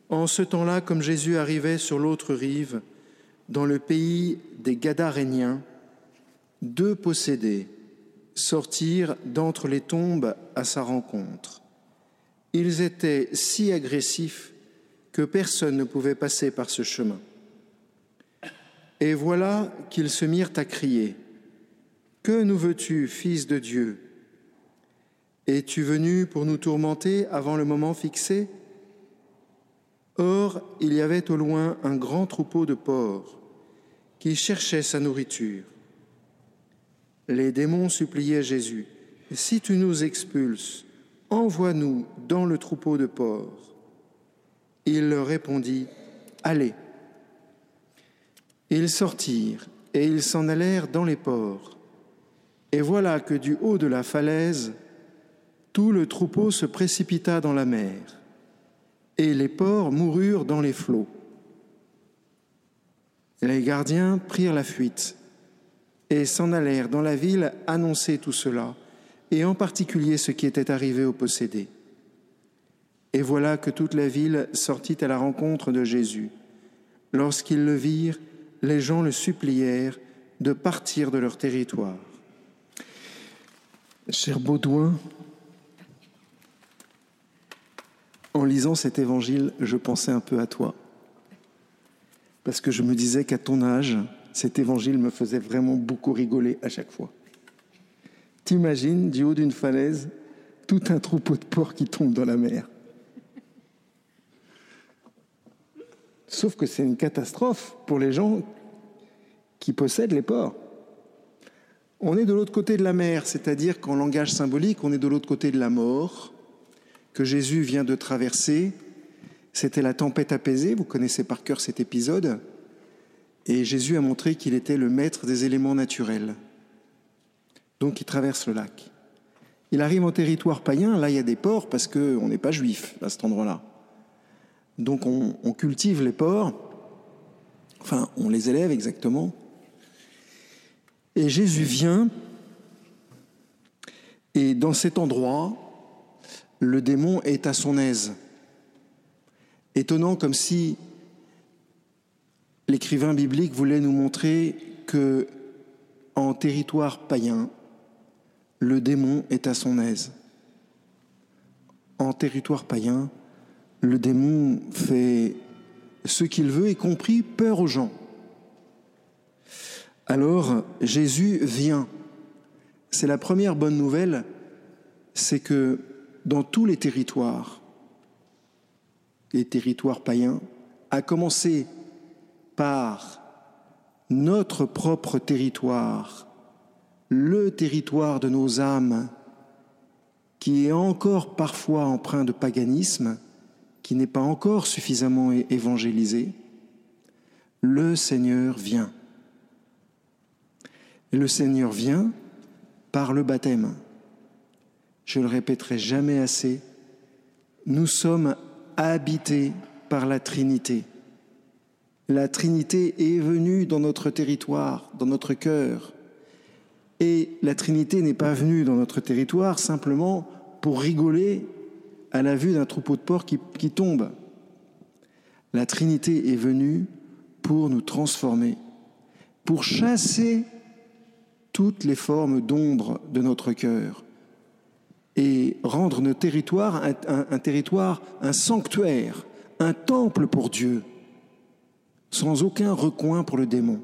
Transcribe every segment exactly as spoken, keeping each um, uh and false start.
En ce temps-là, comme Jésus arrivait sur l'autre rive, dans le pays des Gadaréniens, deux possédés sortirent d'entre les tombes à sa rencontre. Ils étaient si agressifs que personne ne pouvait passer par ce chemin. Et voilà qu'ils se mirent à crier : « Que nous veux-tu, Fils de Dieu ? Es-tu venu pour nous tourmenter avant le moment fixé ? » Or, il y avait au loin un grand troupeau de porcs qui cherchait sa nourriture. Les démons suppliaient Jésus : « Si tu nous expulses, envoie-nous dans le troupeau de porcs. » Il leur répondit : « Allez. » Ils sortirent et ils s'en allèrent dans les porcs. Et voilà que du haut de la falaise, tout le troupeau se précipita dans la mer, et les porcs moururent dans les flots. Les gardiens prirent la fuite et s'en allèrent dans la ville annoncer tout cela, et en particulier ce qui était arrivé aux possédés. Et voilà que toute la ville sortit à la rencontre de Jésus. Lorsqu'ils le virent, les gens le supplièrent de partir de leur territoire. Cher Baudouin, en lisant cet évangile, je pensais un peu à toi. Parce que je me disais qu'à ton âge, cet évangile me faisait vraiment beaucoup rigoler à chaque fois. T'imagines, du haut d'une falaise, tout un troupeau de porcs qui tombe dans la mer. Sauf que c'est une catastrophe pour les gens qui possèdent les porcs. On est de l'autre côté de la mer, c'est-à-dire qu'en langage symbolique, on est de l'autre côté de la mort, que Jésus vient de traverser. C'était la tempête apaisée, vous connaissez par cœur cet épisode, et Jésus a montré qu'il était le maître des éléments naturels. Donc il traverse le lac. Il arrive en territoire païen, là il y a des porcs parce qu'on n'est pas juif à cet endroit-là. Donc on, on cultive les porcs, enfin on les élève exactement. Et Jésus vient, et dans cet endroit, le démon est à son aise. Étonnant, comme si l'écrivain biblique voulait nous montrer que, en territoire païen, le démon est à son aise. En territoire païen, le démon fait ce qu'il veut, y compris peur aux gens. Alors, Jésus vient. C'est la première bonne nouvelle, c'est que dans tous les territoires, les territoires païens, à commencer par notre propre territoire, le territoire de nos âmes, qui est encore parfois empreint de paganisme, qui n'est pas encore suffisamment évangélisé, le Seigneur vient. Et le Seigneur vient par le baptême. Je le répéterai jamais assez, nous sommes habités par la Trinité. La Trinité est venue dans notre territoire, dans notre cœur. Et la Trinité n'est pas venue dans notre territoire simplement pour rigoler à la vue d'un troupeau de porcs qui, qui tombe. La Trinité est venue pour nous transformer, pour chasser toutes les formes d'ombre de notre cœur et rendre notre territoire un, un, un territoire, un sanctuaire, un temple pour Dieu, sans aucun recoin pour le démon.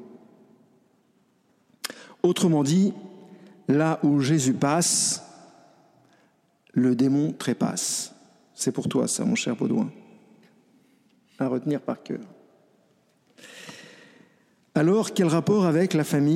Autrement dit, là où Jésus passe, le démon trépasse. C'est pour toi ça, mon cher Baudouin, à retenir par cœur. Alors, quel rapport avec la famille ?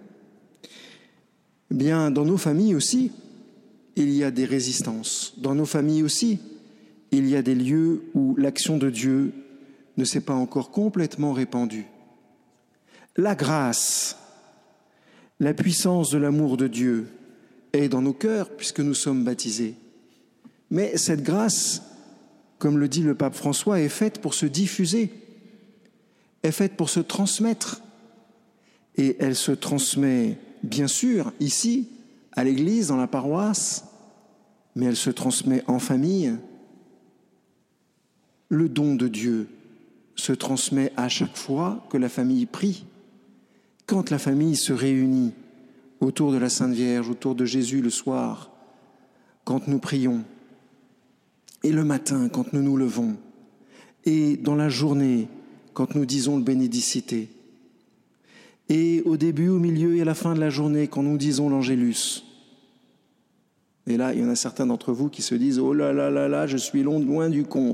Eh bien, dans nos familles aussi, il y a des résistances. Dans nos familles aussi, il y a des lieux où l'action de Dieu ne s'est pas encore complètement répandue. La grâce, la puissance de l'amour de Dieu est dans nos cœurs puisque nous sommes baptisés. Mais cette grâce, comme le dit le pape François, est faite pour se diffuser, est faite pour se transmettre. Et elle se transmet, bien sûr, ici, à l'église, dans la paroisse, mais elle se transmet en famille. Le don de Dieu se transmet à chaque fois que la famille prie. Quand la famille se réunit autour de la Sainte Vierge, autour de Jésus le soir, quand nous prions, et le matin quand nous nous levons, et dans la journée quand nous disons le Bénédicité, et au début, au milieu et à la fin de la journée quand nous disons l'Angélus. Et là, il y en a certains d'entre vous qui se disent « Oh là là là là, je suis loin, loin du compte. »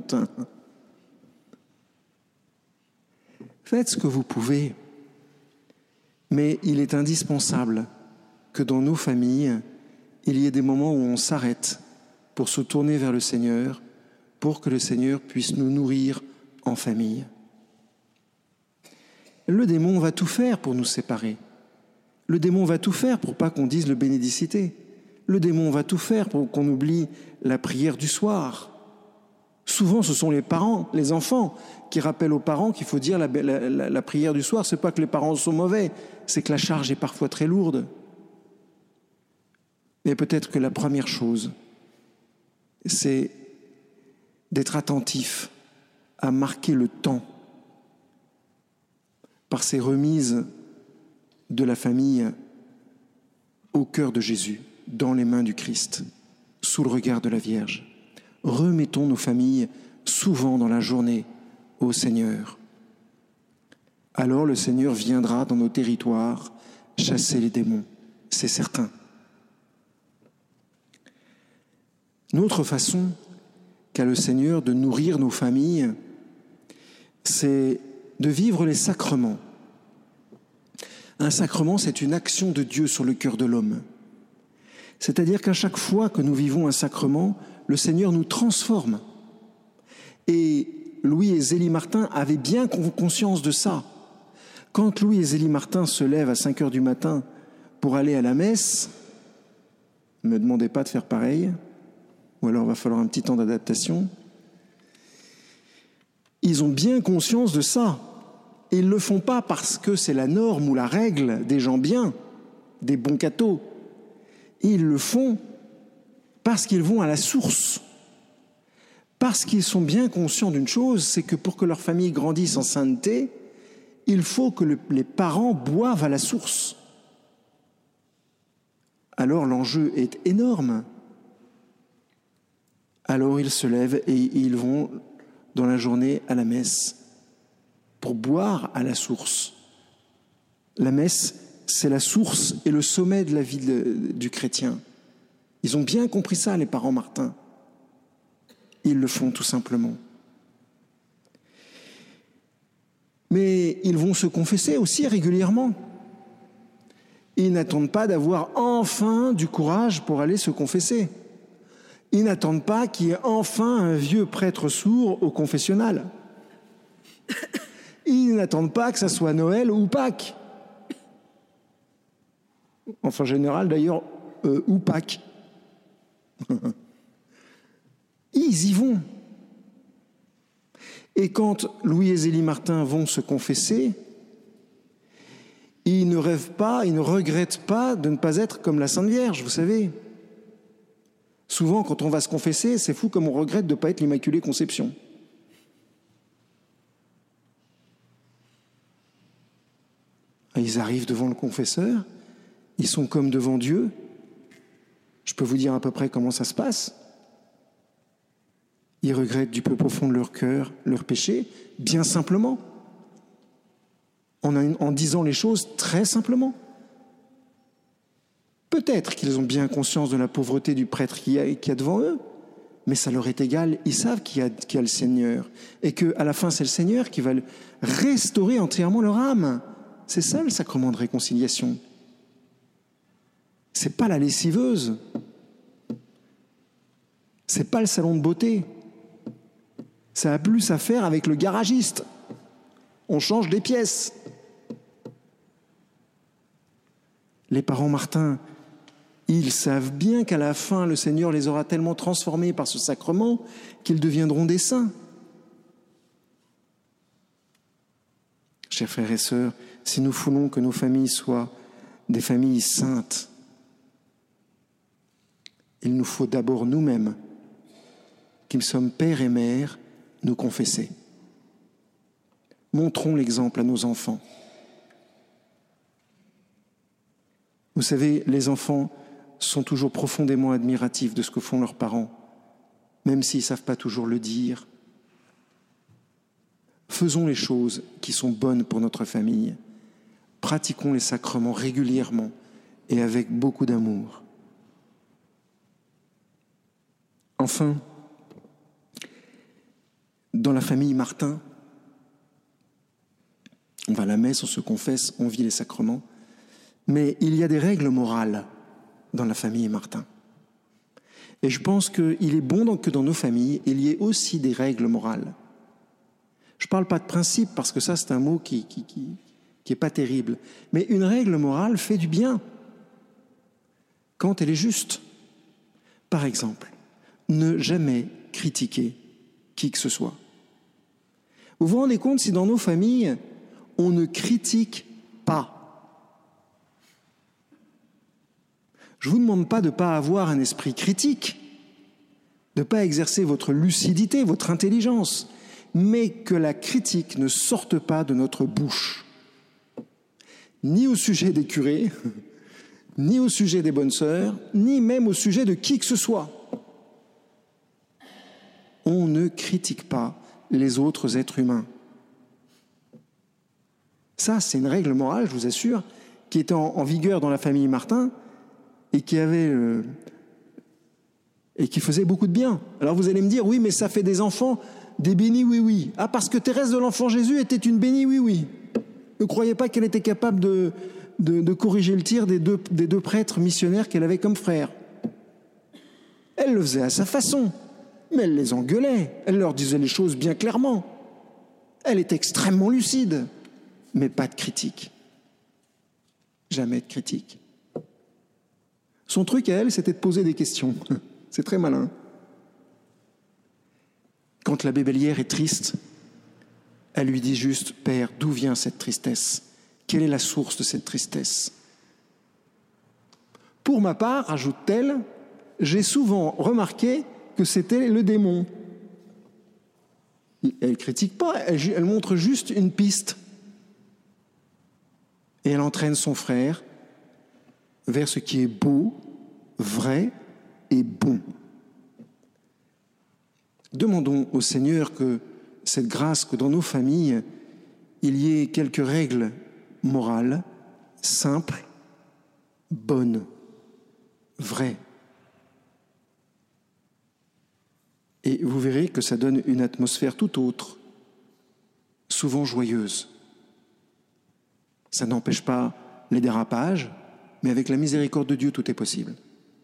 Faites ce que vous pouvez, mais il est indispensable que dans nos familles, il y ait des moments où on s'arrête pour se tourner vers le Seigneur, pour que le Seigneur puisse nous nourrir en famille. Le démon va tout faire pour nous séparer. Le démon va tout faire pour pas qu'on dise le Bénédicité. Le démon va tout faire pour qu'on oublie la prière du soir. Souvent, ce sont les parents, les enfants, qui rappellent aux parents qu'il faut dire la, la, la, la prière du soir. Ce n'est pas que les parents sont mauvais, c'est que la charge est parfois très lourde. Mais peut-être que la première chose, c'est d'être attentif à marquer le temps par ces remises de la famille au cœur de Jésus, dans les mains du Christ, sous le regard de la Vierge. Remettons nos familles souvent dans la journée au Seigneur. Alors le Seigneur viendra dans nos territoires chasser les démons, c'est certain. Une autre façon qu'a le Seigneur de nourrir nos familles, c'est de vivre les sacrements. Un sacrement, c'est une action de Dieu sur le cœur de l'homme. C'est-à-dire qu'à chaque fois que nous vivons un sacrement, le Seigneur nous transforme. Et Louis et Zélie Martin avaient bien conscience de ça. Quand Louis et Zélie Martin se lèvent à cinq heures du matin pour aller à la messe, ne me demandez pas de faire pareil, ou alors il va falloir un petit temps d'adaptation. Ils ont bien conscience de ça. Et ils ne le font pas parce que c'est la norme ou la règle des gens bien, des bons cathos. Ils le font parce qu'ils vont à la source. Parce qu'ils sont bien conscients d'une chose, c'est que pour que leur famille grandisse en sainteté, il faut que le, les parents boivent à la source. Alors l'enjeu est énorme. Alors ils se lèvent et ils vont dans la journée à la messe pour boire à la source. La messe, c'est la source et le sommet de la vie de, du chrétien. Ils ont bien compris ça, les parents Martin. Ils le font tout simplement. Mais ils vont se confesser aussi régulièrement. Ils n'attendent pas d'avoir enfin du courage pour aller se confesser. Ils n'attendent pas qu'il y ait enfin un vieux prêtre sourd au confessionnal. Ils n'attendent pas que ça soit Noël ou Pâques. Enfin, en général, d'ailleurs, euh, ou Pâques. Ils y vont. Et quand Louis et Zélie Martin vont se confesser, ils ne rêvent pas, ils ne regrettent pas de ne pas être comme la Sainte Vierge, vous savez. Souvent, quand on va se confesser, c'est fou comme on regrette de ne pas être l'Immaculée Conception. Ils arrivent devant le confesseur, ils sont comme devant Dieu. Je peux vous dire à peu près comment ça se passe. Ils regrettent du plus profond de leur cœur leur péché, bien simplement, en, en disant les choses très simplement. Peut-être qu'ils ont bien conscience de la pauvreté du prêtre qui a, qui a devant eux, mais ça leur est égal, ils savent qu'il y a, qu'il y a le Seigneur, et qu'à la fin, c'est le Seigneur qui va restaurer entièrement leur âme. C'est ça le sacrement de réconciliation. C'est pas la lessiveuse. C'est pas le salon de beauté. Ça a plus à faire avec le garagiste. On change des pièces. Les parents Martin, ils savent bien qu'à la fin, le Seigneur les aura tellement transformés par ce sacrement qu'ils deviendront des saints. Chers frères et sœurs, si nous voulons que nos familles soient des familles saintes, il nous faut d'abord nous-mêmes, qui sommes pères et mères, nous confesser. Montrons l'exemple à nos enfants. Vous savez, les enfants sont toujours profondément admiratifs de ce que font leurs parents, même s'ils ne savent pas toujours le dire. Faisons les choses qui sont bonnes pour notre famille. Pratiquons les sacrements régulièrement et avec beaucoup d'amour. Enfin, dans la famille Martin, on va à la messe, on se confesse, on vit les sacrements, mais il y a des règles morales dans la famille Martin. Et je pense qu'il est bon que dans nos familles, il y ait aussi des règles morales. Je ne parle pas de principe, parce que ça, c'est un mot qui qui, qui, qui est pas terrible. Mais une règle morale fait du bien quand elle est juste. Par exemple, ne jamais critiquer qui que ce soit. Vous vous rendez compte si dans nos familles, on ne critique pas? Je ne vous demande pas de ne pas avoir un esprit critique, de ne pas exercer votre lucidité, votre intelligence, mais que la critique ne sorte pas de notre bouche, ni au sujet des curés, ni au sujet des bonnes sœurs, ni même au sujet de qui que ce soit. On ne critique pas les autres êtres humains. Ça, c'est une règle morale, je vous assure, qui était en, en vigueur dans la famille Martin et qui avait euh, et qui faisait beaucoup de bien. Alors vous allez me dire, oui, mais ça fait des enfants des bénis oui-oui. Ah, parce que Thérèse de l'Enfant Jésus était une bénie oui-oui. Ne croyez pas qu'elle était capable de, de, de corriger le tir des deux, des deux prêtres missionnaires qu'elle avait comme frères. Elle le faisait à sa façon, mais elle les engueulait. Elle leur disait les choses bien clairement. Elle était extrêmement lucide, mais pas de critique. Jamais de critique. Son truc à elle, c'était de poser des questions. C'est très malin. Quand l'abbé Bellière est triste, elle lui dit juste « Père, d'où vient cette tristesse? Quelle est la source de cette tristesse ?» Pour ma part, ajoute-t-elle, j'ai souvent remarqué que c'était le démon. Elle ne critique pas, elle, elle montre juste une piste. Et elle entraîne son frère vers ce qui est beau, vrai et bon. Demandons au Seigneur que cette grâce, que dans nos familles, il y ait quelques règles morales, simples, bonnes, vraies. Et vous verrez que ça donne une atmosphère tout autre, souvent joyeuse. Ça n'empêche pas les dérapages, mais avec la miséricorde de Dieu, tout est possible.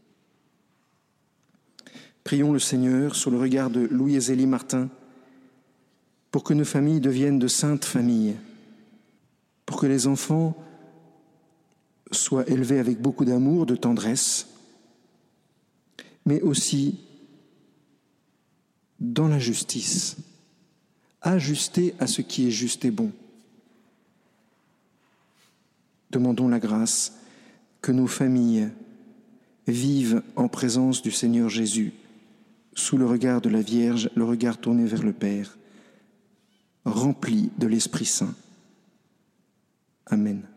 Prions le Seigneur sous le regard de Louis et Zélie Martin pour que nos familles deviennent de saintes familles, pour que les enfants soient élevés avec beaucoup d'amour, de tendresse, mais aussi dans la justice, ajustés à ce qui est juste et bon. Demandons la grâce que nos familles vivent en présence du Seigneur Jésus, sous le regard de la Vierge, le regard tourné vers le Père, rempli de l'Esprit Saint. Amen.